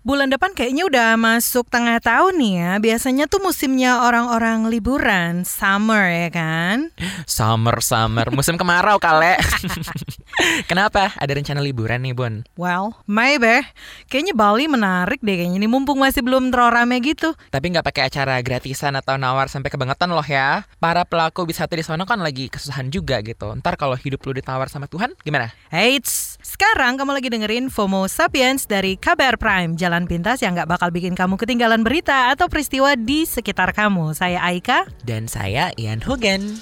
Bulan depan kayaknya udah masuk tengah tahun nih ya. Biasanya tuh musimnya orang-orang liburan, summer ya kan? Summer, musim kemarau kale. Kenapa? Ada rencana liburan nih, Bun? Well, maybe. Kayaknya Bali menarik deh kayaknya nih, mumpung masih belum terlalu rame gitu. Tapi nggak pakai acara gratisan atau nawar sampai kebangetan loh ya. Para pelaku wisata di sana kan lagi kesusahan juga gitu. Ntar kalau hidup lu ditawar sama Tuhan, gimana? Eits, sekarang kamu lagi dengerin FOMO Sapiens dari KBR Prime, jalan pintas yang gak bakal bikin kamu ketinggalan berita atau peristiwa di sekitar kamu. Saya Aika. Dan saya Ian Hugen.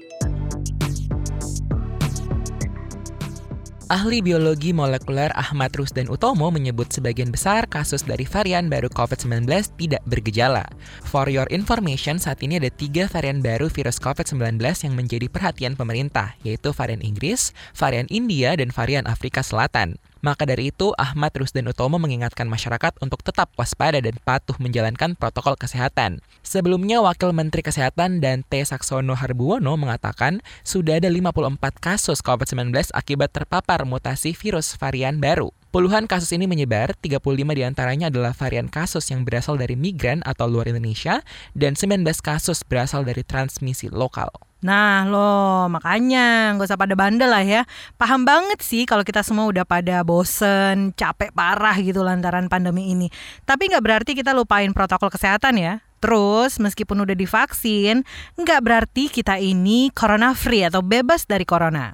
Ahli biologi molekuler Ahmad Rusdan Utomo menyebut sebagian besar kasus dari varian baru COVID-19 tidak bergejala. For your information, saat ini ada 3 varian baru virus COVID-19 yang menjadi perhatian pemerintah, yaitu varian Inggris, varian India, dan varian Afrika Selatan. Maka dari itu, Ahmad Rusdan Utomo mengingatkan masyarakat untuk tetap waspada dan patuh menjalankan protokol kesehatan. Sebelumnya, Wakil Menteri Kesehatan Dante Saxono Harbuwono mengatakan sudah ada 54 kasus COVID-19 akibat terpapar mutasi virus varian baru. Puluhan kasus ini menyebar, 35 diantaranya adalah varian kasus yang berasal dari migran atau luar Indonesia, dan 19 kasus berasal dari transmisi lokal. Nah loh, makanya gak usah pada bandel lah ya. Paham banget sih kalau kita semua udah pada bosen, capek parah gitu lantaran pandemi ini. Tapi gak berarti kita lupain protokol kesehatan ya. Terus meskipun udah divaksin, gak berarti kita ini corona free atau bebas dari corona.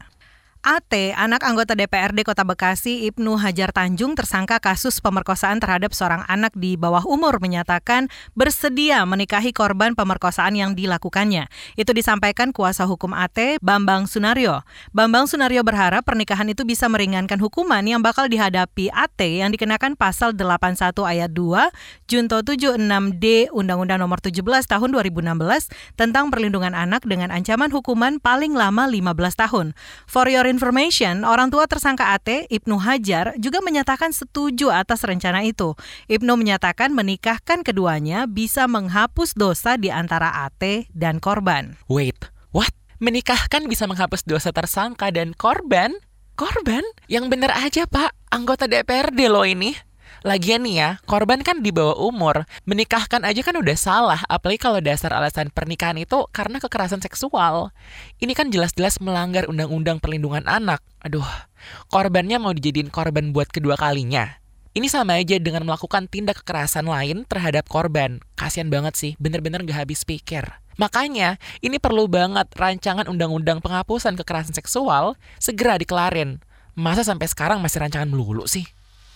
AT, anak anggota DPRD Kota Bekasi, Ibnu Hajar Tanjung, tersangka kasus pemerkosaan terhadap seorang anak di bawah umur, menyatakan bersedia menikahi korban pemerkosaan yang dilakukannya. Itu disampaikan kuasa hukum AT, Bambang Sunaryo. Bambang Sunaryo berharap pernikahan itu bisa meringankan hukuman yang bakal dihadapi AT yang dikenakan pasal 81 ayat 2, Junto 76D Undang-Undang Nomor 17 Tahun 2016 tentang perlindungan anak dengan ancaman hukuman paling lama 15 tahun. For your information, orang tua tersangka AT, Ibnu Hajar, juga menyatakan setuju atas rencana itu. Ibnu menyatakan menikahkan keduanya bisa menghapus dosa di antara AT dan korban. Wait, what? Menikahkan bisa menghapus dosa tersangka dan korban? Korban? Yang bener aja, Pak. Anggota DPRD loh ini. Lagian nih ya, korban kan di bawah umur. Menikahkan aja kan udah salah, apalagi kalau dasar alasan pernikahan itu karena kekerasan seksual. Ini kan jelas-jelas melanggar Undang-Undang Perlindungan Anak. Aduh, korbannya mau dijadiin korban buat kedua kalinya. Ini sama aja dengan melakukan tindak kekerasan lain terhadap korban. Kasian banget sih, bener-bener gak habis pikir. Makanya, ini perlu banget rancangan Undang-Undang Penghapusan Kekerasan Seksual segera dikelarin. Masa sampai sekarang masih rancangan melulu sih?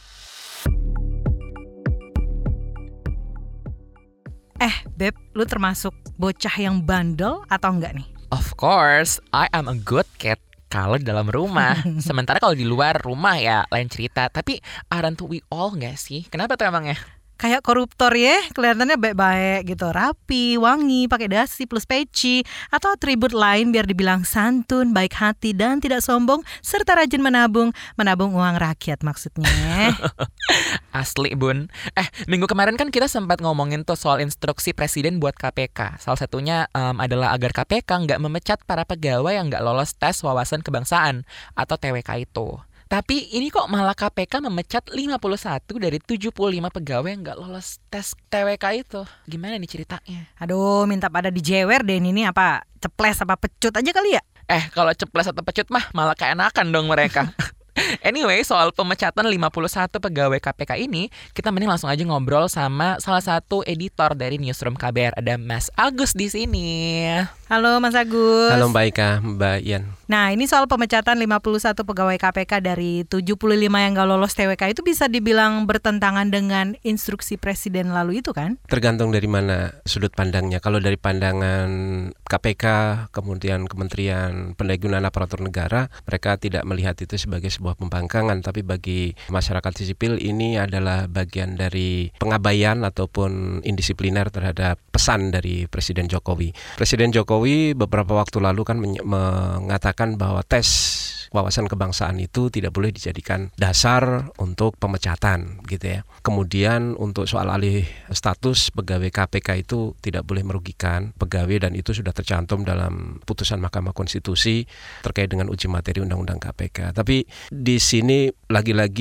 Beb, lu termasuk bocah yang bandel atau enggak nih? Of course, I am a good kid kalau di dalam rumah. Sementara kalau di luar rumah ya lain cerita. Tapi aren't we all nggak sih? Kenapa tuh emangnya? Kayak koruptor ya, kelihatannya baik-baik gitu, rapi, wangi, pakai dasi plus peci, atau atribut lain biar dibilang santun, baik hati, dan tidak sombong, serta rajin menabung uang rakyat maksudnya. Asli, Bun. Minggu kemarin kan kita sempat ngomongin tuh soal instruksi presiden buat KPK. Salah satunya adalah agar KPK nggak memecat para pegawai yang nggak lolos tes wawasan kebangsaan atau TWK itu. Tapi ini kok malah KPK memecat 51 dari 75 pegawai yang nggak lolos tes TWK itu. Gimana nih ceritanya? Aduh, minta pada dijewer deh ini apa, ceples apa pecut aja kali ya? Kalau ceples atau pecut mah malah keenakan dong mereka. Anyway, soal pemecatan 51 pegawai KPK ini, kita mending langsung aja ngobrol sama salah satu editor dari Newsroom KBR. Ada Mas Agus di sini. Halo Mas Agus. Halo Mbak Ika, Mbak Ian. Nah, ini soal pemecatan 51 pegawai KPK dari 75 yang gak lolos TWK itu bisa dibilang bertentangan dengan instruksi presiden lalu itu kan? Tergantung dari mana sudut pandangnya. Kalau dari pandangan KPK, kemudian Kementerian Pendayagunaan Aparatur Negara, mereka tidak melihat itu sebagai sebuah pembangkangan, tapi bagi masyarakat sipil ini adalah bagian dari pengabaian ataupun indisipliner terhadap pesan dari Presiden Jokowi. Presiden Jokowi beberapa waktu lalu kan mengatakan bahwa tes wawasan kebangsaan itu tidak boleh dijadikan dasar untuk pemecatan gitu ya. Kemudian untuk soal alih status pegawai KPK itu tidak boleh merugikan pegawai dan itu sudah tercantum dalam putusan Mahkamah Konstitusi terkait dengan uji materi Undang-Undang KPK. Tapi di sini lagi-lagi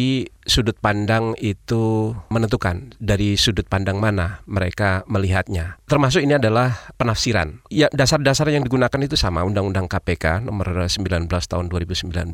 sudut pandang itu menentukan dari sudut pandang mana mereka melihatnya. Termasuk ini adalah penafsiran. Ya, dasar-dasar yang digunakan itu sama, Undang-Undang KPK nomor 19 tahun 2019.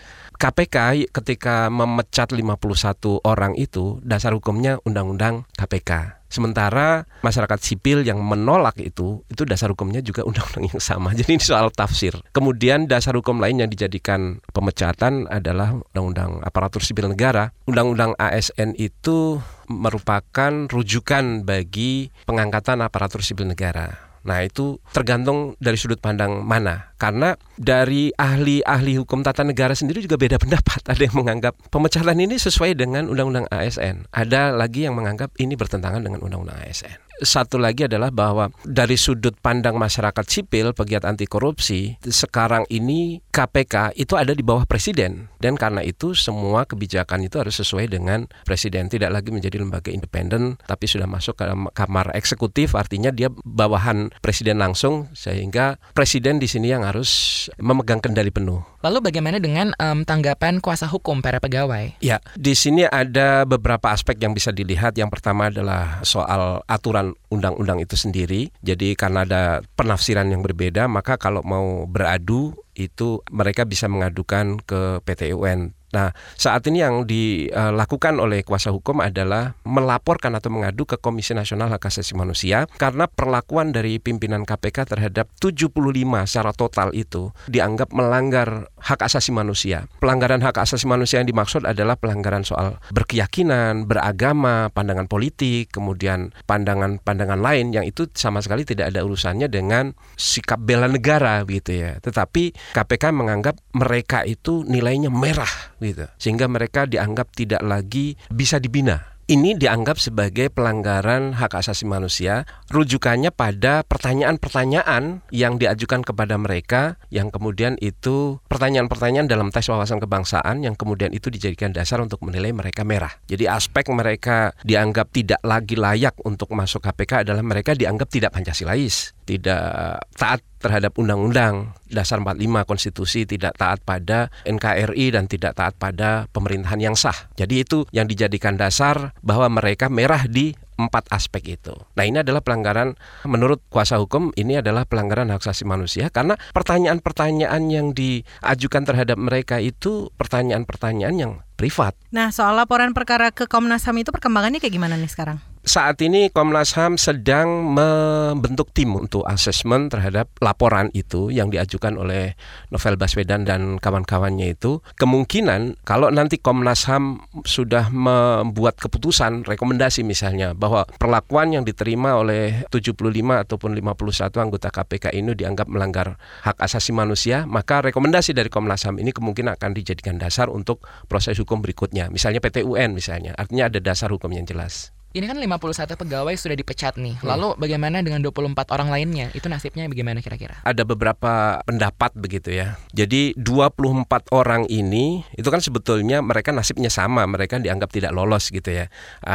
KPK ketika memecat 51 orang itu dasar hukumnya Undang-Undang KPK. Sementara masyarakat sipil yang menolak itu dasar hukumnya juga undang-undang yang sama. Jadi ini soal tafsir. Kemudian dasar hukum lain yang dijadikan pemecatan adalah Undang-Undang Aparatur Sipil Negara. Undang-Undang ASN itu merupakan rujukan bagi pengangkatan aparatur sipil negara. Nah, itu tergantung dari sudut pandang mana. Karena dari ahli-ahli hukum tata negara sendiri juga beda pendapat. Ada yang menganggap pemecatan ini sesuai dengan Undang-Undang ASN. Ada lagi yang menganggap ini bertentangan dengan Undang-Undang ASN. Satu lagi adalah bahwa dari sudut pandang masyarakat sipil, pegiat anti korupsi, sekarang ini KPK itu ada di bawah presiden. Dan karena itu semua kebijakan itu harus sesuai dengan presiden. Tidak lagi menjadi lembaga independen, tapi sudah masuk ke kamar eksekutif, artinya dia bawahan presiden langsung, sehingga presiden di sini yang harus memegang kendali penuh. Lalu bagaimana dengan tanggapan kuasa hukum para pegawai? Ya, di sini ada beberapa aspek yang bisa dilihat. Yang pertama adalah soal aturan undang-undang itu sendiri. Jadi karena ada penafsiran yang berbeda, maka kalau mau beradu itu mereka bisa mengadukan ke PT UN. Nah, saat ini yang dilakukan oleh kuasa hukum adalah melaporkan atau mengadu ke Komisi Nasional Hak Asasi Manusia karena perlakuan dari pimpinan KPK terhadap 75 secara total itu dianggap melanggar hak asasi manusia. Pelanggaran hak asasi manusia yang dimaksud adalah pelanggaran soal berkeyakinan, beragama, pandangan politik, kemudian pandangan-pandangan lain yang itu sama sekali tidak ada urusannya dengan sikap bela negara gitu ya. Tetapi KPK menganggap mereka itu nilainya merah gitu. Sehingga mereka dianggap tidak lagi bisa dibina. Ini dianggap sebagai pelanggaran hak asasi manusia. Rujukannya pada pertanyaan-pertanyaan yang diajukan kepada mereka, yang kemudian itu pertanyaan-pertanyaan dalam tes wawasan kebangsaan yang kemudian itu dijadikan dasar untuk menilai mereka merah. Jadi aspek mereka dianggap tidak lagi layak untuk masuk KPK adalah mereka dianggap tidak Pancasilais, tidak taat terhadap undang-undang dasar 45 konstitusi, tidak taat pada NKRI dan tidak taat pada pemerintahan yang sah. Jadi itu yang dijadikan dasar bahwa mereka merah di 4 aspek itu. Nah, ini adalah pelanggaran, menurut kuasa hukum ini adalah pelanggaran hak asasi manusia karena pertanyaan-pertanyaan yang diajukan terhadap mereka itu pertanyaan-pertanyaan yang privat. Nah, soal laporan perkara ke Komnas HAM itu perkembangannya kayak gimana nih sekarang? Saat ini Komnas HAM sedang membentuk tim untuk asesmen terhadap laporan itu yang diajukan oleh Novel Baswedan dan kawan-kawannya itu. Kemungkinan kalau nanti Komnas HAM sudah membuat keputusan, rekomendasi misalnya, bahwa perlakuan yang diterima oleh 75 ataupun 51 anggota KPK ini dianggap melanggar hak asasi manusia, maka rekomendasi dari Komnas HAM ini kemungkinan akan dijadikan dasar untuk proses hukum berikutnya. Misalnya PT UN misalnya, artinya ada dasar hukum yang jelas. Ini kan 51 pegawai sudah dipecat nih. Lalu bagaimana dengan 24 orang lainnya? Itu nasibnya bagaimana kira-kira? Ada beberapa pendapat begitu ya. Jadi 24 orang ini itu kan sebetulnya mereka nasibnya sama. Mereka dianggap tidak lolos gitu ya.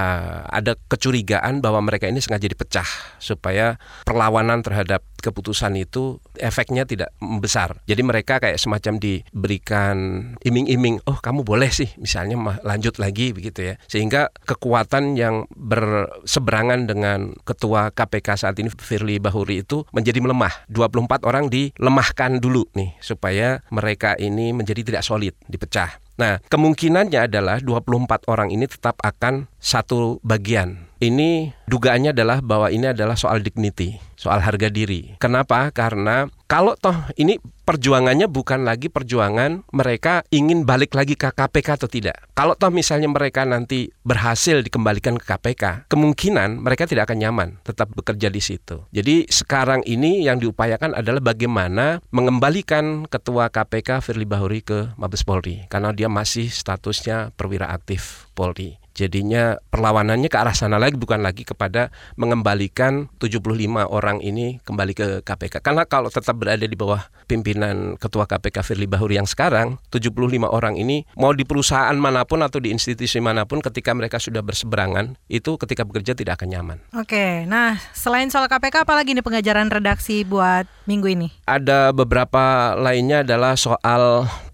Ada kecurigaan bahwa mereka ini sengaja dipecah supaya perlawanan terhadap keputusan itu efeknya tidak besar. Jadi mereka kayak semacam diberikan iming-iming, oh kamu boleh sih misalnya lanjut lagi begitu ya. Sehingga kekuatan yang berseberangan dengan ketua KPK saat ini Firly Bahuri itu menjadi melemah. 24 orang dilemahkan dulu nih supaya mereka ini menjadi tidak solid, dipecah. Nah, kemungkinannya adalah 24 orang ini tetap akan satu bagian. Ini dugaannya adalah bahwa ini adalah soal dignity, soal harga diri. Kenapa? Karena kalau toh ini perjuangannya bukan lagi perjuangan mereka ingin balik lagi ke KPK atau tidak. Kalau toh misalnya mereka nanti berhasil dikembalikan ke KPK, kemungkinan mereka tidak akan nyaman tetap bekerja di situ. Jadi sekarang ini yang diupayakan adalah bagaimana mengembalikan ketua KPK Firly Bahuri ke Mabes Polri. Karena dia masih statusnya perwira aktif Polri. Jadinya perlawanannya ke arah sana lagi, bukan lagi kepada mengembalikan 75 orang ini kembali ke KPK. Karena kalau tetap berada di bawah pimpinan Ketua KPK Firly Bahuri yang sekarang, 75 orang ini mau di perusahaan manapun atau di institusi manapun ketika mereka sudah berseberangan, itu ketika bekerja tidak akan nyaman. Oke, nah selain soal KPK, apalagi nih pengajaran redaksi buat minggu ini? Ada beberapa lainnya adalah soal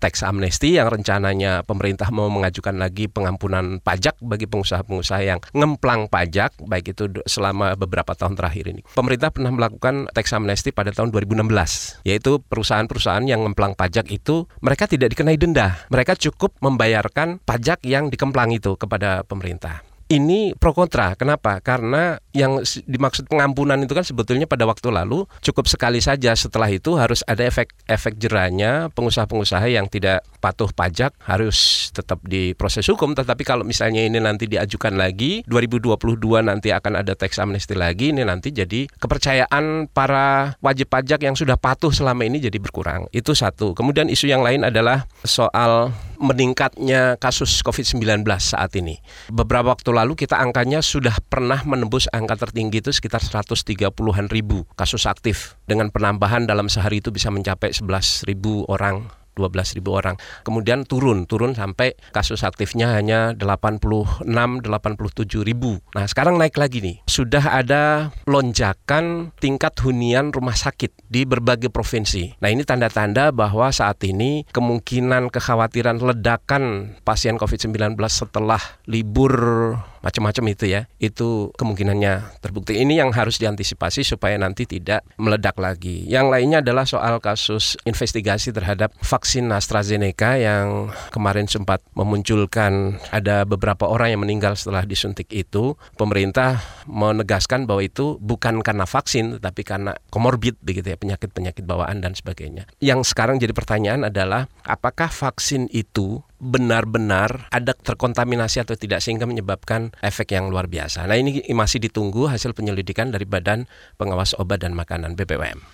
tax amnesty yang rencananya pemerintah mau mengajukan lagi pengampunan pajak bagi pengusaha-pengusaha yang ngemplang pajak, baik itu selama beberapa tahun terakhir ini. Pemerintah pernah melakukan tax amnesty pada tahun 2016, yaitu perusahaan-perusahaan yang ngemplang pajak itu mereka tidak dikenai denda. Mereka cukup membayarkan pajak yang dikemplang itu kepada pemerintah. Ini pro kontra. Kenapa? Karena yang dimaksud pengampunan itu kan sebetulnya pada waktu lalu cukup sekali saja. Setelah itu harus ada efek jerahnya. Pengusaha-pengusaha yang tidak patuh pajak harus tetap diproses hukum. Tetapi kalau misalnya ini nanti diajukan lagi, 2022 nanti akan ada tax amnesty lagi, ini nanti jadi kepercayaan para wajib pajak yang sudah patuh selama ini jadi berkurang. Itu satu. Kemudian isu yang lain adalah soal meningkatnya kasus COVID-19 saat ini. Beberapa waktu lalu kita angkanya sudah pernah menembus angka tertinggi itu sekitar 130-an ribu kasus aktif. Dengan penambahan dalam sehari itu bisa mencapai 11.000 orang. 12.000 orang. Kemudian turun sampai kasus aktifnya hanya 86-87.000. Nah, sekarang naik lagi nih. Sudah ada lonjakan tingkat hunian rumah sakit di berbagai provinsi. Nah, ini tanda-tanda bahwa saat ini kemungkinan kekhawatiran ledakan pasien COVID-19 setelah libur macam-macam itu ya, itu kemungkinannya terbukti. Ini yang harus diantisipasi supaya nanti tidak meledak lagi. Yang lainnya adalah soal kasus investigasi terhadap vaksin AstraZeneca yang kemarin sempat memunculkan ada beberapa orang yang meninggal setelah disuntik itu. Pemerintah menegaskan bahwa itu bukan karena vaksin tetapi karena komorbid begitu ya, penyakit-penyakit bawaan dan sebagainya. Yang sekarang jadi pertanyaan adalah apakah vaksin itu benar-benar ada terkontaminasi atau tidak sehingga menyebabkan efek yang luar biasa. Nah, ini masih ditunggu hasil penyelidikan dari Badan Pengawas Obat dan Makanan BPOM.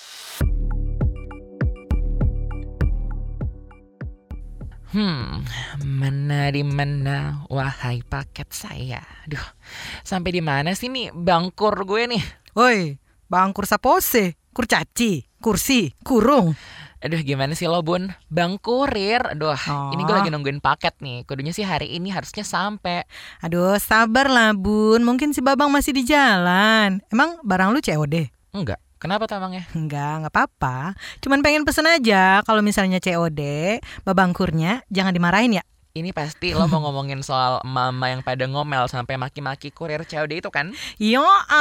Mana di mana wahai paket saya. Duh, sampai di mana sih nih bangkur gue nih? Woi, bangkur sapose, kurcaci, kursi, kurung. Aduh, gimana sih lo, Bun? Bang kurir. Aduh, ini gue lagi nungguin paket nih. Kudunya sih hari ini harusnya sampai. Aduh, sabar lah, Bun. Mungkin si Babang masih di jalan. Emang barang lu COD? Enggak. Kenapa tuh emangnya? Enggak apa-apa. Cuman pengen pesen aja. Kalau misalnya COD, Babang kurnya jangan dimarahin ya. Ini pasti lo mau ngomongin soal mama yang pada ngomel sampai maki-maki kurir COD itu kan? Yo,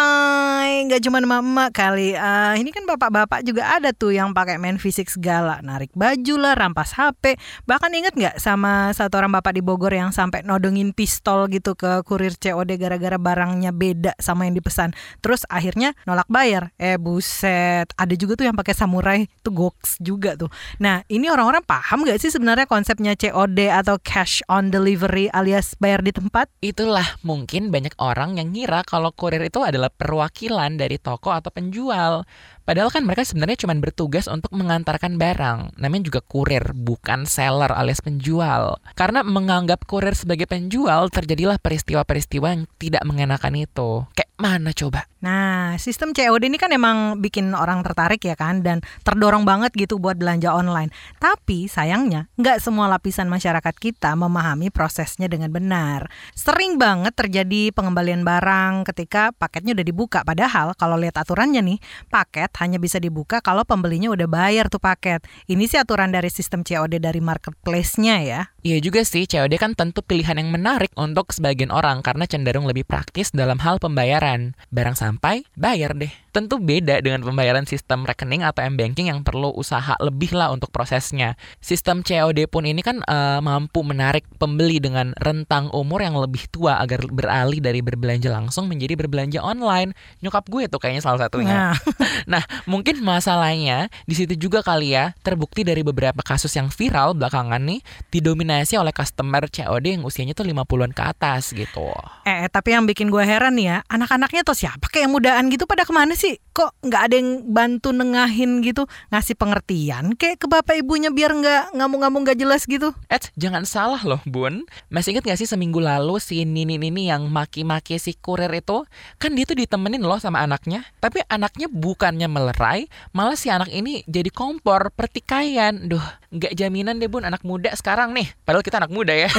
nggak cuma mama kali. Ini kan bapak-bapak juga ada tuh yang pakai main fisik segala, narik baju lah, rampas HP. Bahkan inget nggak sama satu orang bapak di Bogor yang sampai nodongin pistol gitu ke kurir COD gara-gara barangnya beda sama yang dipesan. Terus akhirnya nolak bayar. Buset. Ada juga tuh yang pakai samurai, tuh goks juga tuh. Nah, ini orang-orang paham nggak sih sebenarnya konsepnya COD atau cash on delivery alias bayar di tempat? Itulah mungkin banyak orang yang ngira kalau kurir itu adalah perwakilan dari toko atau penjual. Padahal kan mereka sebenarnya cuma bertugas untuk mengantarkan barang. Namanya juga kurir, bukan seller alias penjual. Karena menganggap kurir sebagai penjual, terjadilah peristiwa-peristiwa yang tidak mengenakan itu. Kayak mana coba? Nah, sistem COD ini kan emang bikin orang tertarik ya kan, dan terdorong banget gitu buat belanja online. Tapi sayangnya, nggak semua lapisan masyarakat kita memahami prosesnya dengan benar. Sering banget terjadi pengembalian barang ketika paketnya udah dibuka. Padahal kalau lihat aturannya nih, paket hanya bisa dibuka kalau pembelinya udah bayar tuh paket. Ini sih aturan dari sistem COD dari marketplace-nya ya. Iya juga sih, COD kan tentu pilihan yang menarik untuk sebagian orang karena cenderung lebih praktis dalam hal pembayaran. Barang sampai, bayar deh. Tentu beda dengan pembayaran sistem rekening atau m-banking yang perlu usaha lebih lah untuk prosesnya. Sistem COD pun ini kan mampu menarik pembeli dengan rentang umur yang lebih tua agar beralih dari berbelanja langsung menjadi berbelanja online. Nyokap gue tuh kayaknya salah satunya. Nah, mungkin masalahnya di situ juga kali ya, terbukti dari beberapa kasus yang viral belakangan nih, didominasi oleh customer COD yang usianya tuh 50-an ke atas gitu. Tapi yang bikin gue heran nih ya, anak-anaknya tuh siapa kayak yang mudaan gitu pada kemana sih? Kok nggak ada yang bantu nengahin gitu, ngasih pengertian kayak ke bapak ibunya biar nggak ngamuk-ngamuk nggak jelas gitu? Jangan salah loh, Bun. Masih ingat gak sih seminggu lalu si Nini yang maki-maki si kurir itu? Kan dia tuh ditemenin loh sama anaknya. Tapi anaknya bukannya melerai, malah si anak ini jadi kompor, pertikaian. Duh, nggak jaminan deh, Bun, anak muda sekarang nih. Padahal kita anak muda ya.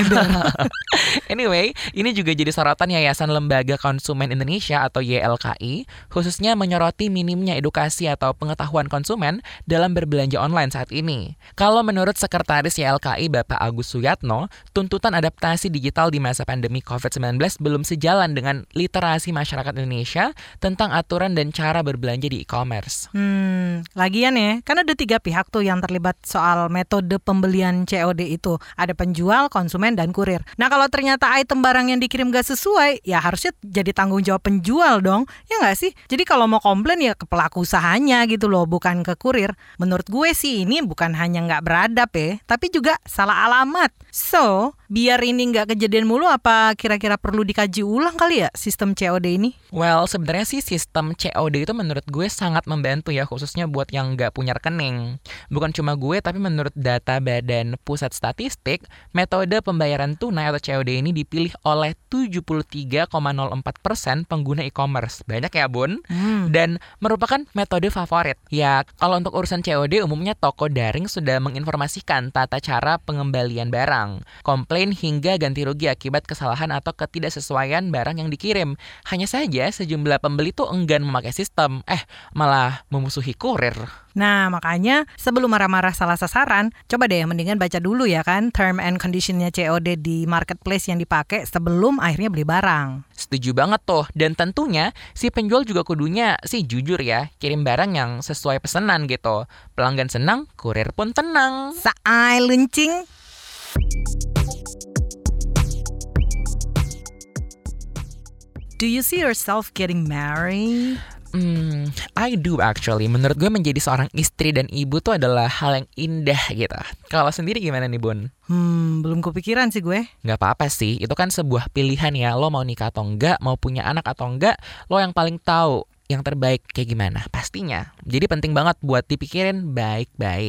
Anyway, ini juga jadi sorotan Yayasan Lembaga Konsumen Indonesia atau YLKI, khususnya menyoroti seperti minimnya edukasi atau pengetahuan konsumen dalam berbelanja online saat ini. Kalau menurut Sekretaris YLKI Bapak Agus Suyatno, tuntutan adaptasi digital di masa pandemi COVID-19 belum sejalan dengan literasi masyarakat Indonesia tentang aturan dan cara berbelanja di e-commerce. Lagian ya, kan ada 3 pihak tuh yang terlibat soal metode pembelian COD itu. Ada penjual, konsumen, dan kurir. Nah kalau ternyata item barang yang dikirim gak sesuai, ya harusnya jadi tanggung jawab penjual dong. Ya gak sih? Jadi kalau mau komplain ya ke pelaku usahanya gitu loh, bukan ke kurir. Menurut gue sih ini bukan hanya gak beradab ya, tapi juga salah alamat. So, biar ini gak kejadian mulu, apa kira-kira perlu dikaji ulang kali ya sistem COD ini? Well, sebenarnya sih sistem COD itu menurut gue sangat membantu ya, khususnya buat yang nggak punya rekening. Bukan cuma gue, tapi menurut data Badan Pusat Statistik, metode pembayaran tunai atau COD ini dipilih oleh 73,04% pengguna e-commerce. Banyak ya, Bun? Dan merupakan metode favorit. Ya, kalau untuk urusan COD, umumnya toko daring sudah menginformasikan tata cara pengembalian barang, komplain hingga ganti rugi akibat kesalahan atau ketidaksesuaian barang yang dikirim. Hanya saja sejumlah pembeli tuh enggan memakai sistem, malah memusuhi kurir. Nah makanya sebelum marah-marah salah sasaran, coba deh mendingan baca dulu ya kan term and conditionnya COD di marketplace yang dipakai sebelum akhirnya beli barang. Setuju banget tuh, dan tentunya si penjual juga kudunya sih jujur ya, kirim barang yang sesuai pesanan gitu. Pelanggan senang, kurir pun tenang. Saai luncing. Do you see yourself getting married? I do actually. Menurut gue menjadi seorang istri dan ibu tuh adalah hal yang indah gitu. Kalau sendiri gimana nih, Bun? Belum kepikiran sih gue. Gak apa-apa sih, itu kan sebuah pilihan ya. Lo mau nikah atau enggak, mau punya anak atau enggak, lo yang paling tahu yang terbaik kayak gimana pastinya. Jadi penting banget buat dipikirin baik-baik.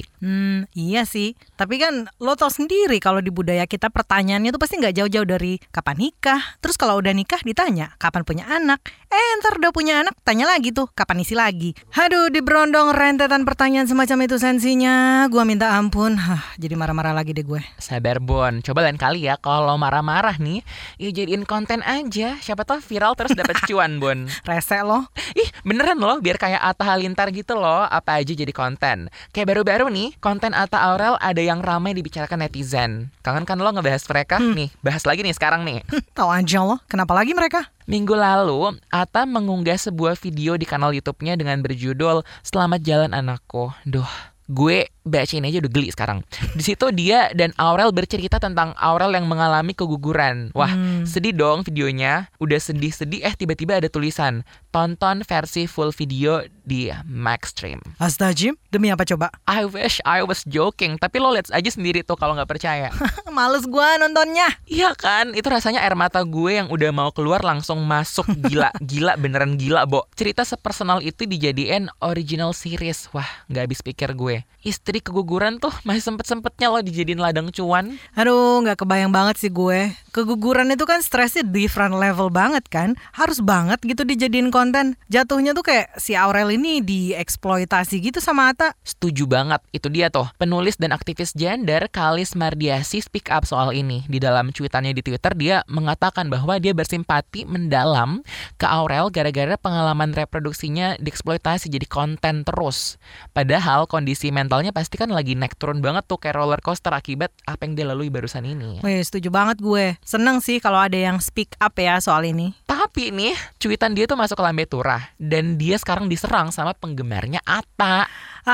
Iya sih. Tapi kan lo tau sendiri kalau di budaya kita pertanyaannya tuh pasti nggak jauh-jauh dari kapan nikah. Terus kalau udah nikah ditanya kapan punya anak. Ntar udah punya anak tanya lagi tuh kapan isi lagi. Aduh, diberondong rentetan pertanyaan semacam itu sensinya. Gua minta ampun. Jadi marah-marah lagi deh gue. Sabar, Bon. Coba lain kali ya kalau marah-marah nih, ya jadiin konten aja. Siapa tahu viral terus dapat cuan, Bon. Rese lo. Beneran loh, biar kayak Atta Halilintar gitu loh, apa aja jadi konten. Kayak baru-baru nih, konten Atta Aurel ada yang ramai dibicarakan netizen. Kangen kan lo ngebahas mereka? Nih, bahas lagi nih sekarang nih. Tahu aja lo, kenapa lagi mereka? Minggu lalu, Atta mengunggah sebuah video di kanal YouTube-nya dengan berjudul Selamat Jalan Anakku. Duh, gue bacain aja udah geli sekarang. Di situ dia dan Aurel bercerita tentang Aurel yang mengalami keguguran. Wah, sedih dong videonya. Udah sedih-sedih, tiba-tiba ada tulisan, tonton versi full video di Maxstream. Astagfirullah, demi apa coba? I wish I was joking, tapi lo lihat aja sendiri tuh kalau nggak percaya. Males gue nontonnya. Iya kan, itu rasanya air mata gue yang udah mau keluar langsung masuk. Gila beneran gila, Bo. Cerita sepersonal itu dijadiin original series. Wah, nggak habis pikir gue. Istri keguguran tuh masih sempet-sempetnya lo dijadiin ladang cuan. Aduh, nggak kebayang banget sih gue. Keguguran itu kan stresnya different level banget kan. Harus banget gitu dijadiin konten. Jatuhnya tuh kayak si Aurel ini dieksploitasi gitu sama Atta. Setuju banget, itu dia tuh. Penulis dan aktivis gender Kalis Mardiasi speak up soal ini. Di dalam cuitannya di Twitter, dia mengatakan bahwa dia bersimpati mendalam ke Aurel gara-gara pengalaman reproduksinya dieksploitasi jadi konten terus. Padahal kondisi mentalnya pasti kan lagi naik turun banget tuh kayak roller coaster akibat apa yang dia lalui barusan ini. Wih, setuju banget gue. Seneng sih kalau ada yang speak up ya soal ini. Tapi nih, cuitan dia tuh masuk ke lambe turah. Dan dia sekarang diserang sama penggemarnya Atta.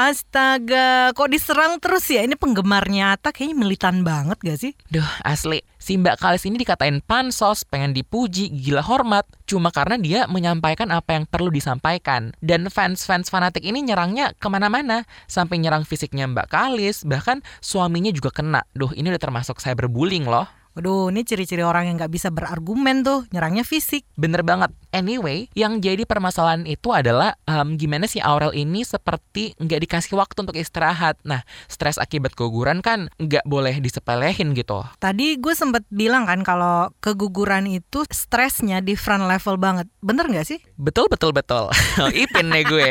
Astaga, kok diserang terus ya? Ini penggemarnya Atta kayaknya militan banget gak sih? Duh, asli. Si Mbak Kalis ini dikatain pansos, pengen dipuji, gila hormat. Cuma karena dia menyampaikan apa yang perlu disampaikan. Dan fans-fans fanatik ini nyerangnya kemana-mana. Sampai nyerang fisiknya Mbak Kalis, bahkan suaminya juga kena. Duh, ini udah termasuk cyberbullying loh. Waduh, ini ciri-ciri orang yang gak bisa berargumen tuh, nyerangnya fisik. Bener banget. Anyway, yang jadi permasalahan itu adalah gimana si Aurel ini seperti nggak dikasih waktu untuk istirahat. Nah, stres akibat keguguran kan nggak boleh disepelehin gitu. Tadi gue sempet bilang kan kalau keguguran itu stresnya different level banget. Bener nggak sih? Betul. Ipin nih gue.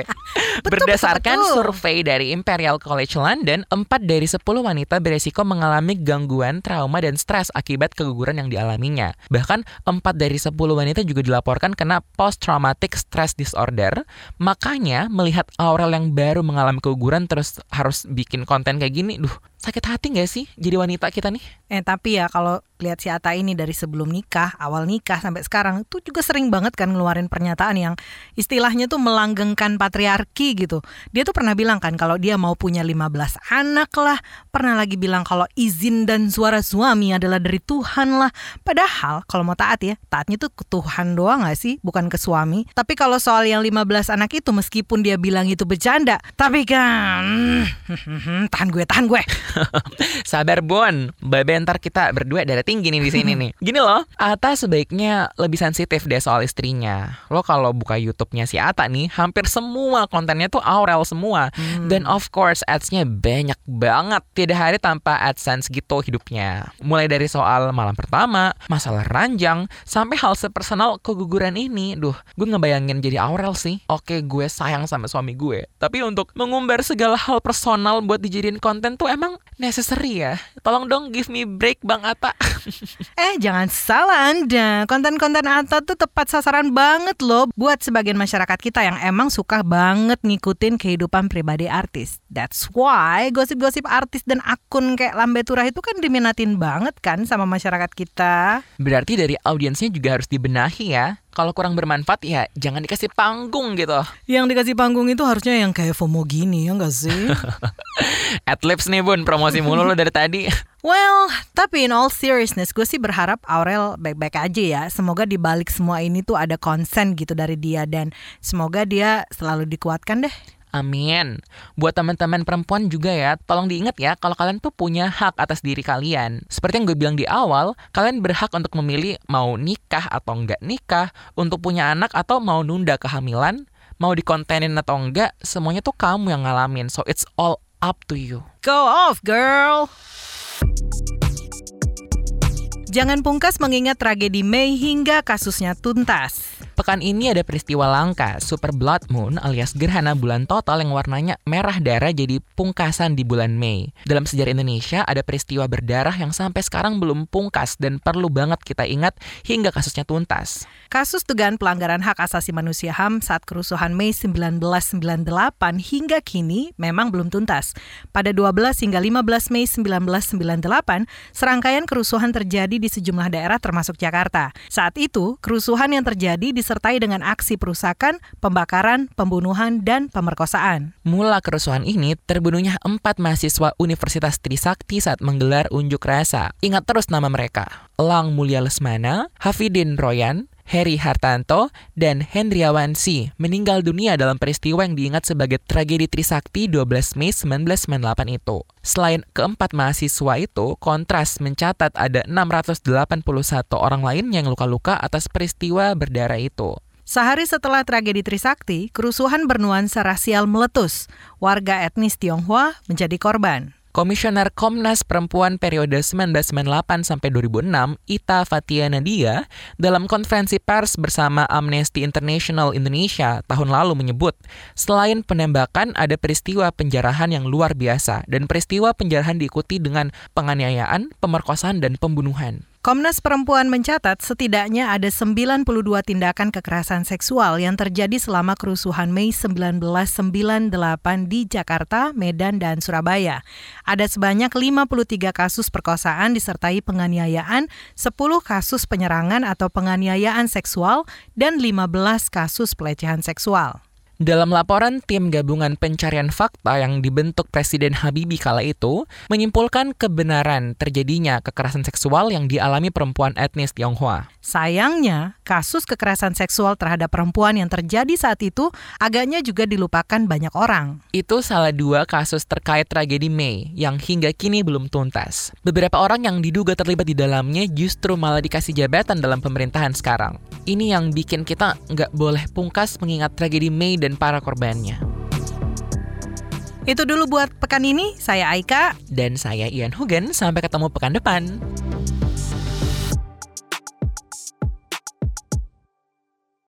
Berdasarkan survei dari Imperial College London, 4 dari 10 wanita beresiko mengalami gangguan, trauma, dan stres akibat keguguran yang dialaminya. Bahkan 4 dari 10 wanita juga dilaporkan kena post-traumatic stress disorder. Makanya melihat Aurel yang baru mengalami keguguran terus harus bikin konten kayak gini, sakit hati gak sih jadi wanita kita nih? Tapi ya kalau lihat si Atta ini dari sebelum nikah, awal nikah sampai sekarang tuh juga sering banget kan ngeluarin pernyataan yang istilahnya tuh melanggengkan patriarki gitu. Dia tuh pernah bilang kan kalau dia mau punya 15 anak lah, pernah lagi bilang kalau izin dan suara suami adalah dari Tuhan lah. Padahal kalau mau taat ya, taatnya tuh ke Tuhan doang gak sih, bukan ke suami. Tapi kalau soal yang 15 anak itu meskipun dia bilang itu bercanda, tapi kan tahan gue. Sabar Bon, babe ntar kita berdua darah tinggi nih di sini nih. Gini loh, Atta sebaiknya lebih sensitif deh soal istrinya. Lo kalau buka YouTube-nya si Atta nih, hampir semua kontennya tuh Aurel semua. Dan of course ads-nya banyak banget. Tidak hari tanpa AdSense gitu hidupnya. Mulai dari soal malam pertama, masalah ranjang, sampai hal sepersonal keguguran ini. Gue ngebayangin jadi Aurel sih. Oke, gue sayang sama suami gue, tapi untuk mengumbar segala hal personal buat dijadiin konten tuh emang necessary ya. Tolong dong give me break Bang Atta. Jangan salah Anda, konten-konten Atta tuh tepat sasaran banget loh buat sebagian masyarakat kita yang emang suka banget ngikutin kehidupan pribadi artis. That's why gosip-gosip artis dan akun kayak Lambe Turah itu kan diminatin banget kan sama masyarakat kita. Berarti dari audiensnya juga harus dibenahi ya. Kalau kurang bermanfaat ya jangan dikasih panggung gitu. Yang dikasih panggung itu harusnya yang kayak FOMO gini ya gak sih? Adlibs nih Bun, promosi mulu lo dari tadi. Well, tapi in all seriousness, gue sih berharap Aurel baik-baik aja ya. Semoga di balik semua ini tuh ada konsen gitu dari dia. Dan semoga dia selalu dikuatkan deh. Amin. Buat teman-teman perempuan juga ya, tolong diingat ya kalau kalian tuh punya hak atas diri kalian. Seperti yang gue bilang di awal, kalian berhak untuk memilih mau nikah atau enggak nikah, untuk punya anak atau mau nunda kehamilan, mau dikontenin atau enggak, semuanya tuh kamu yang ngalamin. So it's all up to you. Go off, girl! Jangan pungkas mengingat tragedi Mei hingga kasusnya tuntas. Pekan ini ada peristiwa langka, Super Blood Moon alias gerhana bulan total yang warnanya merah darah jadi pungkasan di bulan Mei. Dalam sejarah Indonesia ada peristiwa berdarah yang sampai sekarang belum pungkas dan perlu banget kita ingat hingga kasusnya tuntas. Kasus dugaan pelanggaran hak asasi manusia HAM saat kerusuhan Mei 1998 hingga kini memang belum tuntas. Pada 12 hingga 15 Mei 1998, serangkaian kerusuhan terjadi di sejumlah daerah termasuk Jakarta. Saat itu, kerusuhan yang terjadi disertai dengan aksi perusakan, pembakaran, pembunuhan, dan pemerkosaan. Mula kerusuhan ini terbunuhnya 4 mahasiswa Universitas Trisakti saat menggelar unjuk rasa. Ingat terus nama mereka, Elang Mulia Lesmana, Hafidin Royan, Heri Hartanto, dan Hendriawan C. meninggal dunia dalam peristiwa yang diingat sebagai tragedi Trisakti 12 Mei 1998 itu. Selain keempat mahasiswa itu, Kontras mencatat ada 681 orang lain yang luka-luka atas peristiwa berdarah itu. Sehari setelah tragedi Trisakti, kerusuhan bernuansa rasial meletus. Warga etnis Tionghoa menjadi korban. Komisioner Komnas Perempuan periode 1998 sampai 2006, Ita Fathia Nadia, dalam konferensi pers bersama Amnesty International Indonesia tahun lalu menyebut, selain penembakan ada peristiwa penjarahan yang luar biasa dan peristiwa penjarahan diikuti dengan penganiayaan, pemerkosaan, dan pembunuhan. Komnas Perempuan mencatat setidaknya ada 92 tindakan kekerasan seksual yang terjadi selama kerusuhan Mei 1998 di Jakarta, Medan, dan Surabaya. Ada sebanyak 53 kasus perkosaan disertai penganiayaan, 10 kasus penyerangan atau penganiayaan seksual, dan 15 kasus pelecehan seksual. Dalam laporan tim gabungan pencarian fakta yang dibentuk Presiden Habibie kala itu, menyimpulkan kebenaran terjadinya kekerasan seksual yang dialami perempuan etnis Tionghoa. Sayangnya, kasus kekerasan seksual terhadap perempuan yang terjadi saat itu agaknya juga dilupakan banyak orang. Itu salah 2 kasus terkait tragedi Mei yang hingga kini belum tuntas. Beberapa orang yang diduga terlibat di dalamnya justru malah dikasih jabatan dalam pemerintahan sekarang. Ini yang bikin kita nggak boleh pungkas mengingat tragedi Mei dan para korbannya. Itu dulu buat pekan ini. Saya Aika. Dan saya Ian Hugen. Sampai ketemu pekan depan.